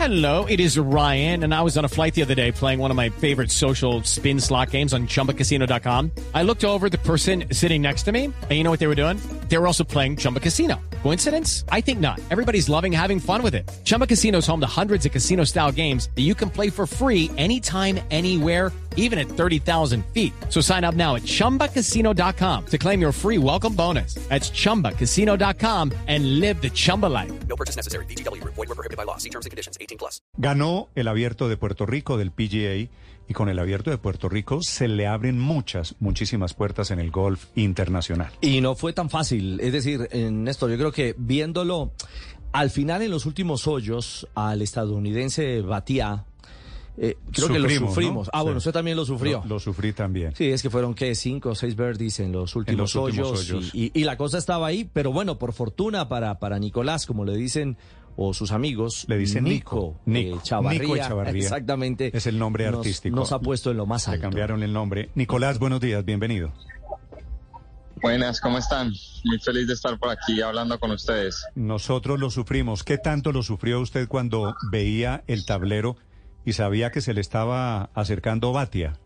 Hello, it is Ryan, and I was on a flight the other day playing one of my favorite social spin slot games on ChumbaCasino.com. I looked over at the person sitting next to me, and you know what they were doing? They were also playing Chumba Casino. Coincidence? I think not. Everybody's loving having fun with it. Chumba Casino is home to hundreds of casino-style games that you can play for free anytime, anywhere, even at 30,000 feet. So sign up now at ChumbaCasino.com to claim your free welcome bonus. That's ChumbaCasino.com and live the Chumba life. No purchase necessary. VGW. Void were prohibited by law. See terms and conditions. 18+. Ganó el Abierto de Puerto Rico del PGA y con el Abierto de Puerto Rico se le abren muchísimas puertas en el golf internacional. Y no fue tan fácil. Es decir, Néstor, yo creo que viéndolo al final en los últimos hoyos al estadounidense Bhatia, creo que lo sufrimos. ¿No? Bueno, usted también lo sufrió. Lo sufrí también. Sí, es que fueron, 5 o 6 birdies en los últimos hoyos. Y la cosa estaba ahí, pero bueno, por fortuna para Nicolás, como le dicen, o sus amigos, le dicen Nico Chavarría. Nico Chavarría. Exactamente. Es el nombre artístico. Nos ha puesto en lo más alto. Le cambiaron el nombre. Nicolás, buenos días, bienvenido. Buenas, ¿cómo están? Muy feliz de estar por aquí hablando con ustedes. Nosotros lo sufrimos. ¿Qué tanto lo sufrió usted cuando veía el tablero y sabía que se le estaba acercando Bhatia?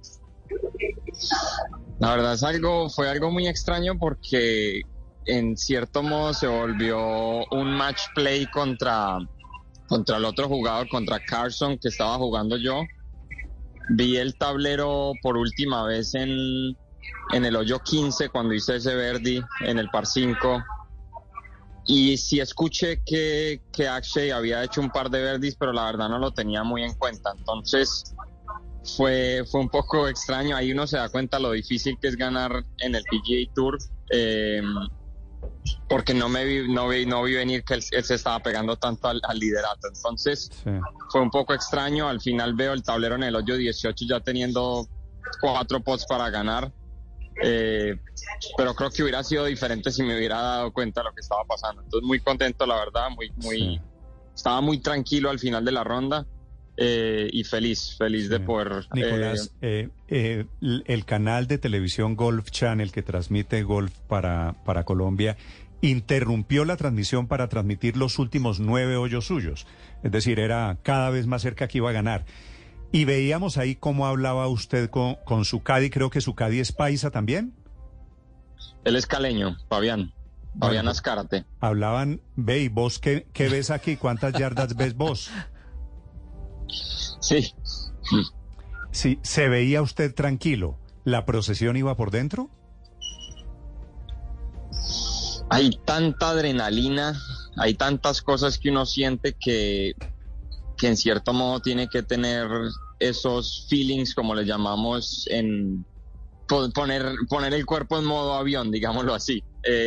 La verdad fue algo muy extraño porque en cierto modo se volvió un match play contra el otro jugador, contra Carson, que estaba jugando yo. Vi el tablero por última vez en el hoyo 15 cuando hice ese birdie en el par 5. Y sí escuché que Akshay había hecho un par de birdies, pero la verdad no lo tenía muy en cuenta. Entonces fue un poco extraño. Ahí uno se da cuenta lo difícil que es ganar en el PGA Tour, porque no vi venir que él se estaba pegando tanto al liderato. Entonces fue un poco extraño. Al final veo el tablero en el hoyo 18 ya teniendo 4 putts para ganar. Pero creo que hubiera sido diferente si me hubiera dado cuenta de lo que estaba pasando. Entonces muy contento, la verdad, estaba muy tranquilo al final de la ronda, y feliz de poder... Nicolás, el canal de televisión Golf Channel que transmite golf para Colombia interrumpió la transmisión para transmitir los últimos 9 hoyos suyos. Es decir, era cada vez más cerca que iba a ganar. Y veíamos ahí cómo hablaba usted con su caddy. Creo que su caddy es paisa también. Él es caleño, Fabián Azcárate. Hablaban, ¿y vos qué ves aquí? ¿Cuántas yardas ves vos? Sí. Sí, ¿se veía usted tranquilo? ¿La procesión iba por dentro? Hay tanta adrenalina, hay tantas cosas que uno siente que en cierto modo tiene que tener esos feelings, como le llamamos, en poner el cuerpo en modo avión, digámoslo así.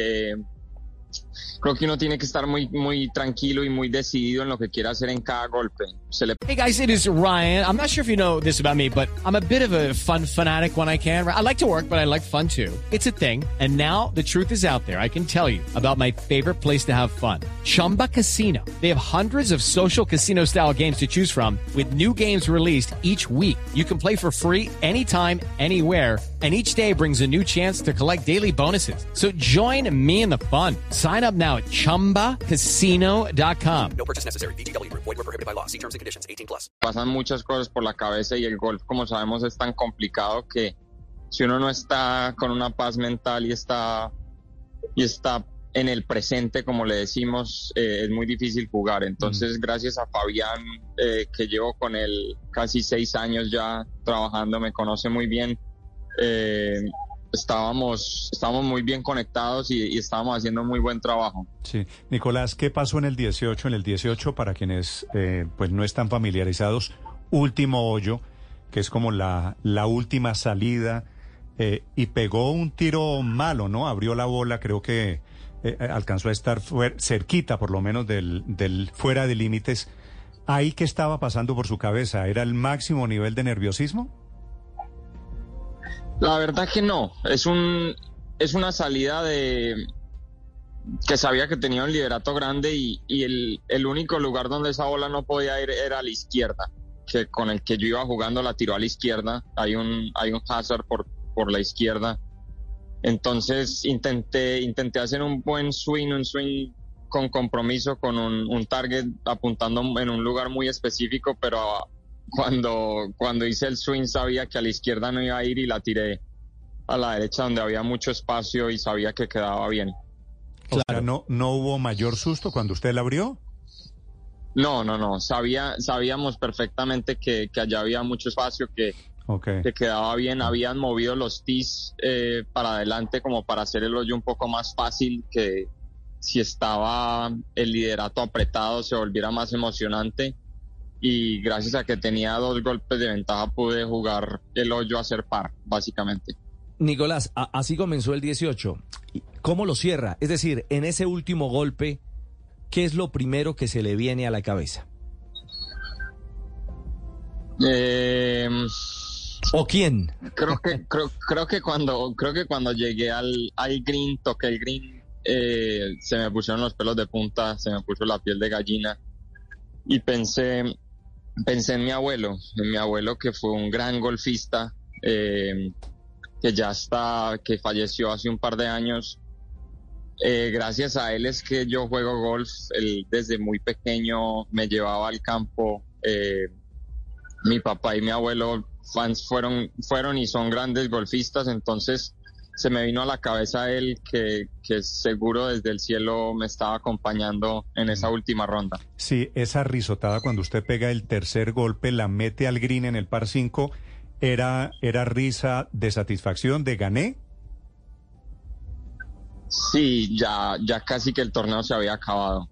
Creo que uno tiene que estar muy tranquilo y muy decidido en lo que quiere hacer en cada golpe. Hey guys, it is Ryan. I'm not sure if you know this about me, but I'm a bit of a fun fanatic when I can. I like to work, but I like fun too. It's a thing. And now the truth is out there. I can tell you about my favorite place to have fun. Chumba Casino. They have hundreds of social casino style games to choose from with new games released each week. You can play for free anytime, anywhere. And each day brings a new chance to collect daily bonuses. So join me in the fun. Sign up now at ChumbaCasino.com. No purchase necessary. VGW. Void were prohibited by law. See terms and conditions. 18+. Pasan muchas cosas por la cabeza y el golf, como sabemos, es tan complicado que si uno no está con una paz mental y está en el presente, como le decimos, es muy difícil jugar. Entonces, gracias a Fabián, que llevo con él casi 6 años ya trabajando, me conoce muy bien. Estábamos muy bien conectados y estábamos haciendo muy buen trabajo. Sí. Nicolás, ¿qué pasó en el 18? En el 18, para quienes pues no están familiarizados, último hoyo, que es como la última salida, y pegó un tiro malo, ¿no? Abrió la bola, creo que alcanzó a estar cerquita, por lo menos, del fuera de límites. ¿Ahí qué estaba pasando por su cabeza? ¿Era el máximo nivel de nerviosismo? La verdad que no, es una salida que sabía que tenía un liderato grande y el único lugar donde esa bola no podía ir era a la izquierda, que con el que yo iba jugando la tiró a la izquierda. Hay un hazard por la izquierda. Entonces intenté hacer un buen swing con compromiso, con un target apuntando en un lugar muy específico, pero cuando hice el swing sabía que a la izquierda no iba a ir y la tiré a la derecha donde había mucho espacio y sabía que quedaba bien. Claro. O sea, ¿no hubo mayor susto cuando usted la abrió? No. Sabíamos perfectamente que allá había mucho espacio, que quedaba bien. Habían movido los tees para adelante como para hacer el hoyo un poco más fácil, que si estaba el liderato apretado se volviera más emocionante. Y gracias a que tenía 2 golpes de ventaja pude jugar el hoyo a ser par, básicamente. Nicolás, así comenzó el 18. ¿Cómo lo cierra? Es decir, en ese último golpe, ¿qué es lo primero que se le viene a la cabeza? ¿O quién? Creo que cuando llegué al green, toqué el green, se me pusieron los pelos de punta, se me puso la piel de gallina y pensé en mi abuelo que fue un gran golfista, que falleció hace un par de años. Gracias a él es que yo juego golf. Él desde muy pequeño me llevaba al campo. Mi papá y mi abuelo fueron y son grandes golfistas, entonces se me vino a la cabeza él que seguro desde el cielo me estaba acompañando en esa última ronda. Sí, esa risotada cuando usted pega el tercer golpe, la mete al green en el par 5, ¿era risa de satisfacción, de gané? Sí, ya casi que el torneo se había acabado.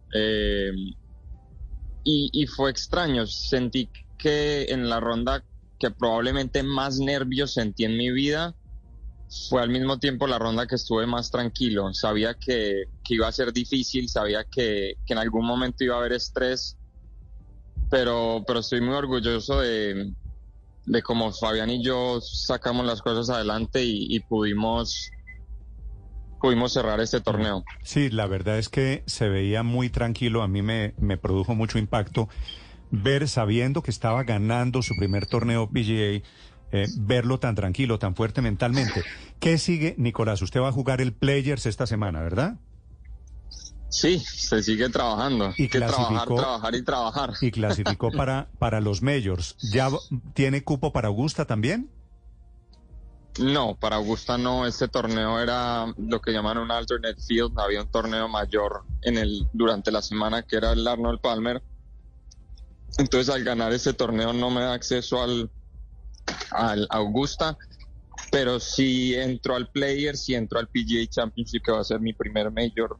Y fue extraño, sentí que en la ronda que probablemente más nervios sentí en mi vida, fue al mismo tiempo la ronda que estuve más tranquilo. Sabía que iba a ser difícil, sabía que en algún momento iba a haber estrés, pero estoy muy orgulloso de cómo Fabián y yo sacamos las cosas adelante y pudimos cerrar este torneo. Sí, la verdad es que se veía muy tranquilo. A mí me produjo mucho impacto ver, sabiendo que estaba ganando su primer torneo PGA, verlo tan tranquilo, tan fuerte mentalmente. ¿Qué sigue, Nicolás? Usted va a jugar el Players esta semana, ¿verdad? Sí, se sigue trabajando. Y trabajar y trabajar. Y clasificó para los Majors. ¿Ya tiene cupo para Augusta también? No, para Augusta no. Este torneo era lo que llaman un alternate field. Había un torneo mayor durante la semana que era el Arnold Palmer. Entonces, al ganar ese torneo no me da acceso al Augusta, pero sí entro al Players y entro al PGA Championship, que va a ser mi primer Major.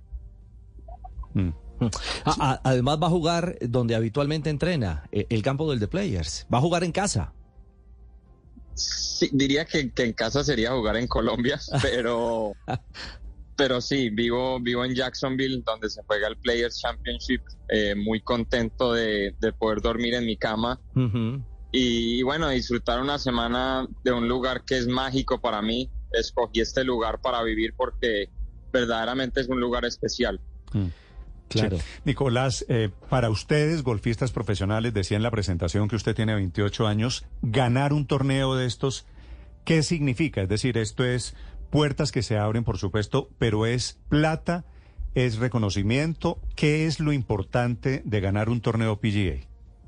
Además va a jugar donde habitualmente entrena, el campo del The Players. Va a jugar en casa. Sí, diría que en casa sería jugar en Colombia, pero sí, vivo en Jacksonville, donde se juega el Players Championship. Muy contento de poder dormir en mi cama. Uh-huh. Y bueno, disfrutar una semana de un lugar que es mágico para mí. Escogí este lugar para vivir porque verdaderamente es un lugar especial. Claro. Sí. Nicolás, para ustedes, golfistas profesionales, decía en la presentación que usted tiene 28 años, ganar un torneo de estos, ¿qué significa? Es decir, esto es puertas que se abren, por supuesto, pero es plata, es reconocimiento. ¿Qué es lo importante de ganar un torneo PGA?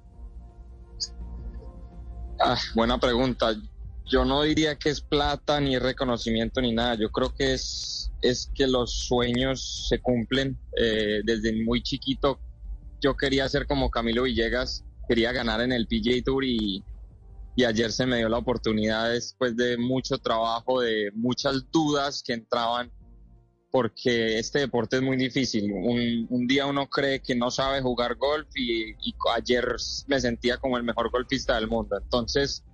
Buena pregunta. Yo no diría que es plata, ni reconocimiento, ni nada. Yo creo que es que los sueños se cumplen. Desde muy chiquito yo quería ser como Camilo Villegas, quería ganar en el PGA Tour y ayer se me dio la oportunidad después de mucho trabajo, de muchas dudas que entraban, porque este deporte es muy difícil. Un día uno cree que no sabe jugar golf y ayer me sentía como el mejor golfista del mundo. Entonces,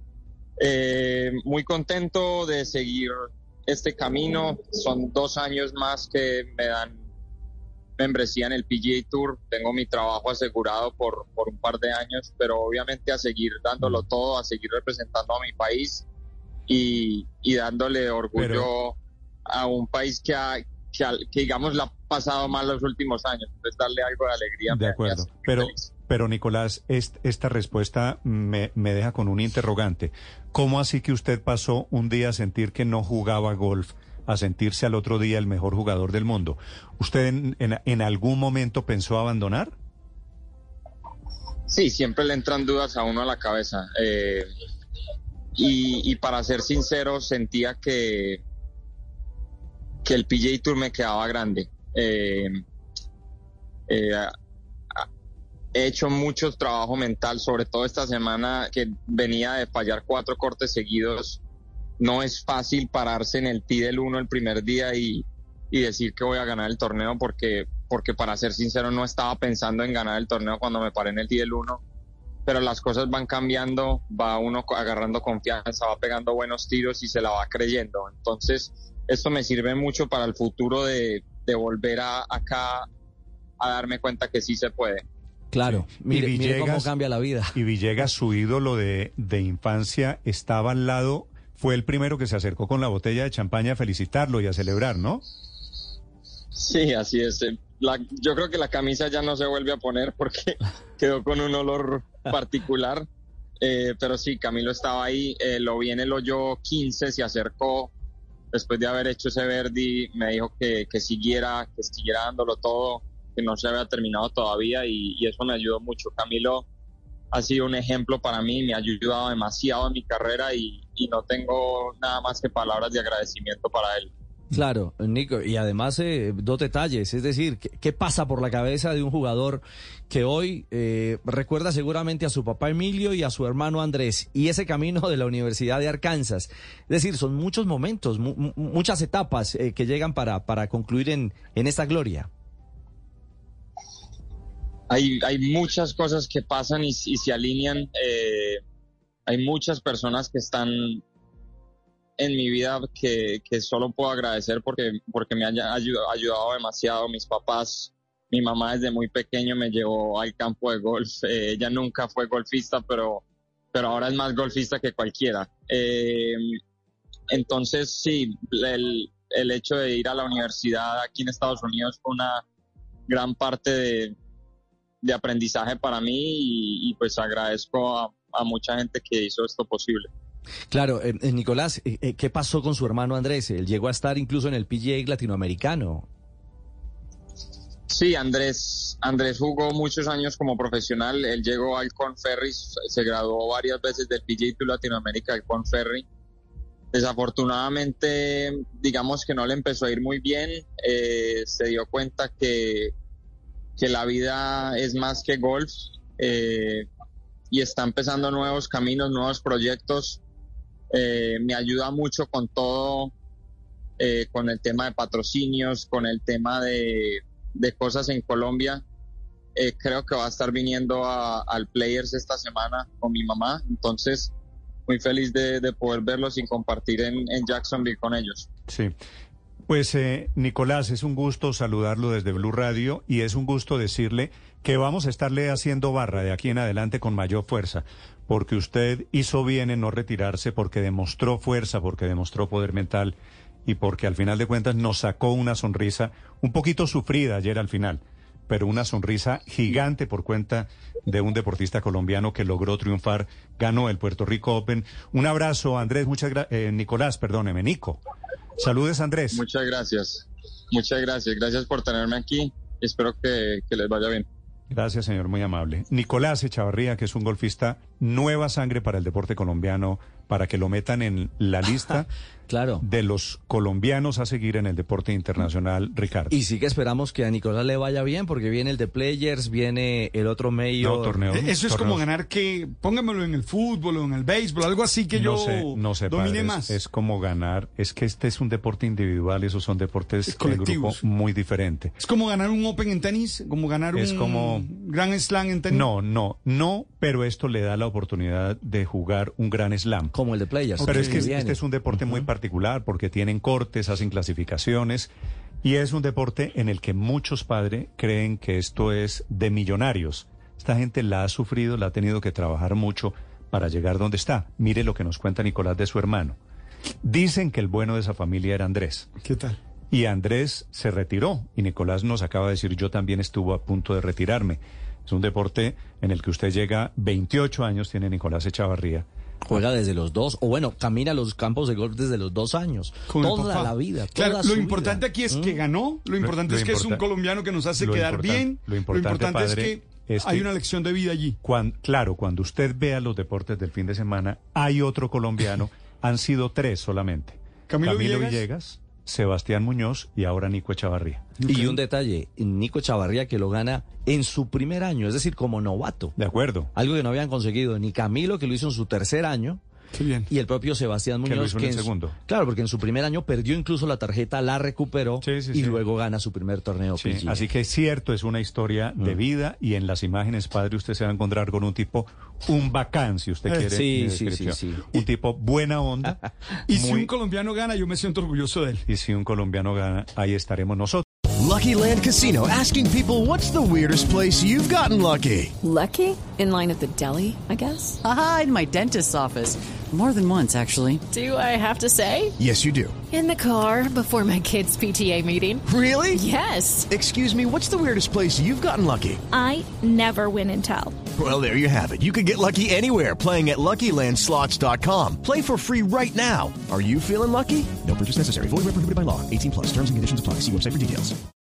muy contento de seguir este camino. Son 2 años más que me dan membresía en el PGA Tour. Tengo mi trabajo asegurado por un par de años, pero obviamente a seguir dándolo todo, a seguir representando a mi país y dándole orgullo a un país que digamos la ha pasado mal los últimos años. Entonces darle algo de alegría. De acuerdo, pero Nicolás, esta respuesta me deja con un interrogante. ¿Cómo así que usted pasó un día a sentir que no jugaba golf a sentirse al otro día el mejor jugador del mundo. ¿Usted en algún momento pensó abandonar? Sí, siempre le entran dudas a uno a la cabeza. Y para ser sincero, sentía que el PGA Tour me quedaba grande. He hecho mucho trabajo mental, sobre todo esta semana que venía de fallar 4 cortes seguidos. No es fácil pararse en el tee del 1 el primer día y decir que voy a ganar el torneo porque para ser sincero no estaba pensando en ganar el torneo cuando me paré en el tee del 1. Pero las cosas van cambiando, va uno agarrando confianza, va pegando buenos tiros y se la va creyendo. Entonces, esto me sirve mucho para el futuro de volver acá a darme cuenta que sí se puede. Claro, sí. Mire cómo cambia la vida. Y Villegas, su ídolo de infancia, estaba al lado, fue el primero que se acercó con la botella de champaña a felicitarlo y a celebrar, ¿no? Sí, así es. Yo creo que la camisa ya no se vuelve a poner porque quedó con un olor particular, pero sí, Camilo estaba ahí, lo vi en el hoyo 15, se acercó, después de haber hecho ese birdie, me dijo que siguiera dándolo todo, que no se había terminado todavía y eso me ayudó mucho. Camilo ha sido un ejemplo para mí, me ha ayudado demasiado en mi carrera y no tengo nada más que palabras de agradecimiento para él. Claro, Nico, y además 2 detalles, es decir, ¿qué pasa por la cabeza de un jugador que hoy recuerda seguramente a su papá Emilio y a su hermano Andrés y ese camino de la Universidad de Arkansas? Es decir, son muchos momentos, muchas etapas que llegan para concluir en esta gloria. Hay muchas cosas que pasan y se alinean. Hay muchas personas que están en mi vida que solo puedo agradecer porque me han ayudado demasiado. Mis papás, mi mamá desde muy pequeño me llevó al campo de golf. Ella nunca fue golfista, pero ahora es más golfista que cualquiera. Entonces, sí, el hecho de ir a la universidad aquí en Estados Unidos fue una gran parte de aprendizaje para mí y pues agradezco a mucha gente que hizo esto posible. Claro, Nicolás, ¿qué pasó con su hermano Andrés? Él llegó a estar incluso en el PGA latinoamericano. Sí, Andrés jugó muchos años como profesional. Él llegó al Korn Ferry, se graduó varias veces del PGA Tour Latinoamérica, del Korn Ferry. Desafortunadamente, digamos que no le empezó a ir muy bien. Se dio cuenta que la vida es más que golf y está empezando nuevos caminos, nuevos proyectos. Me ayuda mucho con todo, con el tema de patrocinios, con el tema de cosas en Colombia. Creo que va a estar viniendo al Players esta semana con mi mamá, entonces muy feliz de poder verlos y compartir en Jacksonville con ellos. Sí. Pues Nicolás, es un gusto saludarlo desde Blue Radio y es un gusto decirle que vamos a estarle haciendo barra de aquí en adelante con mayor fuerza, porque usted hizo bien en no retirarse, porque demostró fuerza, porque demostró poder mental y porque al final de cuentas nos sacó una sonrisa un poquito sufrida ayer al final, pero una sonrisa gigante por cuenta de un deportista colombiano que logró triunfar, ganó el Puerto Rico Open. Un abrazo, Andrés, Nicolás, perdóneme, Nico. Saludes, Andrés. Muchas gracias. Gracias por tenerme aquí. Espero que les vaya bien. Gracias, señor, muy amable. Nicolás Echavarría, que es un golfista, nueva sangre para el deporte colombiano, para que lo metan en la lista claro. de los colombianos a seguir en el deporte internacional, Ricardo. Y sí que esperamos que a Nicolás le vaya bien, porque viene el de Players, viene el otro medio. No, torneo. Eso es como ganar que, póngamelo en el fútbol o en el béisbol, algo así que no sé, domine padre, más. Es como ganar, es que este es un deporte individual, esos son deportes en grupo muy diferente. Es como ganar un Open en tenis, como ganar un Grand Slam en tenis. No, pero esto le da la oportunidad de jugar un Grand Slam. Como el de Players. Pero es que este es un deporte muy particular porque tienen cortes, hacen clasificaciones y es un deporte en el que muchos padres creen que esto es de millonarios. Esta gente la ha sufrido, la ha tenido que trabajar mucho para llegar donde está. Mire lo que nos cuenta Nicolás de su hermano. Dicen que el bueno de esa familia era Andrés. ¿Qué tal? Y Andrés se retiró y Nicolás nos acaba de decir, yo también estuve a punto de retirarme. Es un deporte en el que usted llega, 28 años tiene Nicolás Echavarría, Juega desde los 2, o bueno, camina los campos de golf desde los 2 años. Toda la vida. Claro, toda lo su importante vida. aquí es que ganó, lo importante es que es un colombiano que nos hace quedar bien. Lo importante, padre, es que hay una lección de vida allí. Cuando usted vea los deportes del fin de semana, hay otro colombiano, han sido 3 solamente. Camilo Villegas, Sebastián Muñoz y ahora Nico Echavarría. Y un detalle, Nico Echavarría que lo gana en su primer año, es decir, como novato. De acuerdo. Algo que no habían conseguido ni Camilo, que lo hizo en su tercer año. Qué bien. Y el propio Sebastián Muñoz, que lo hizo en el segundo. Claro, porque en su primer año perdió incluso la tarjeta, la recuperó y luego gana su primer torneo PGA. Así que es cierto, es una historia de vida y en las imágenes, padre, usted se va a encontrar con un tipo, un bacán, si usted quiere. Sí. Un tipo buena onda. Y si un colombiano gana, yo me siento orgulloso de él. Y si un colombiano gana, ahí estaremos nosotros. Lucky Land Casino, asking people, what's the weirdest place you've gotten lucky? Lucky? In line at the deli, I guess? Aha, in my dentist's office. More than once, actually. Do I have to say? Yes, you do. In the car before my kids' PTA meeting. Really? Yes. Excuse me, what's the weirdest place you've gotten lucky? I never win and tell. Well, there you have it. You can get lucky anywhere, playing at LuckyLandSlots.com. Play for free right now. Are you feeling lucky? No purchase necessary. Void where prohibited by law. 18+. Terms and conditions apply. See website for details.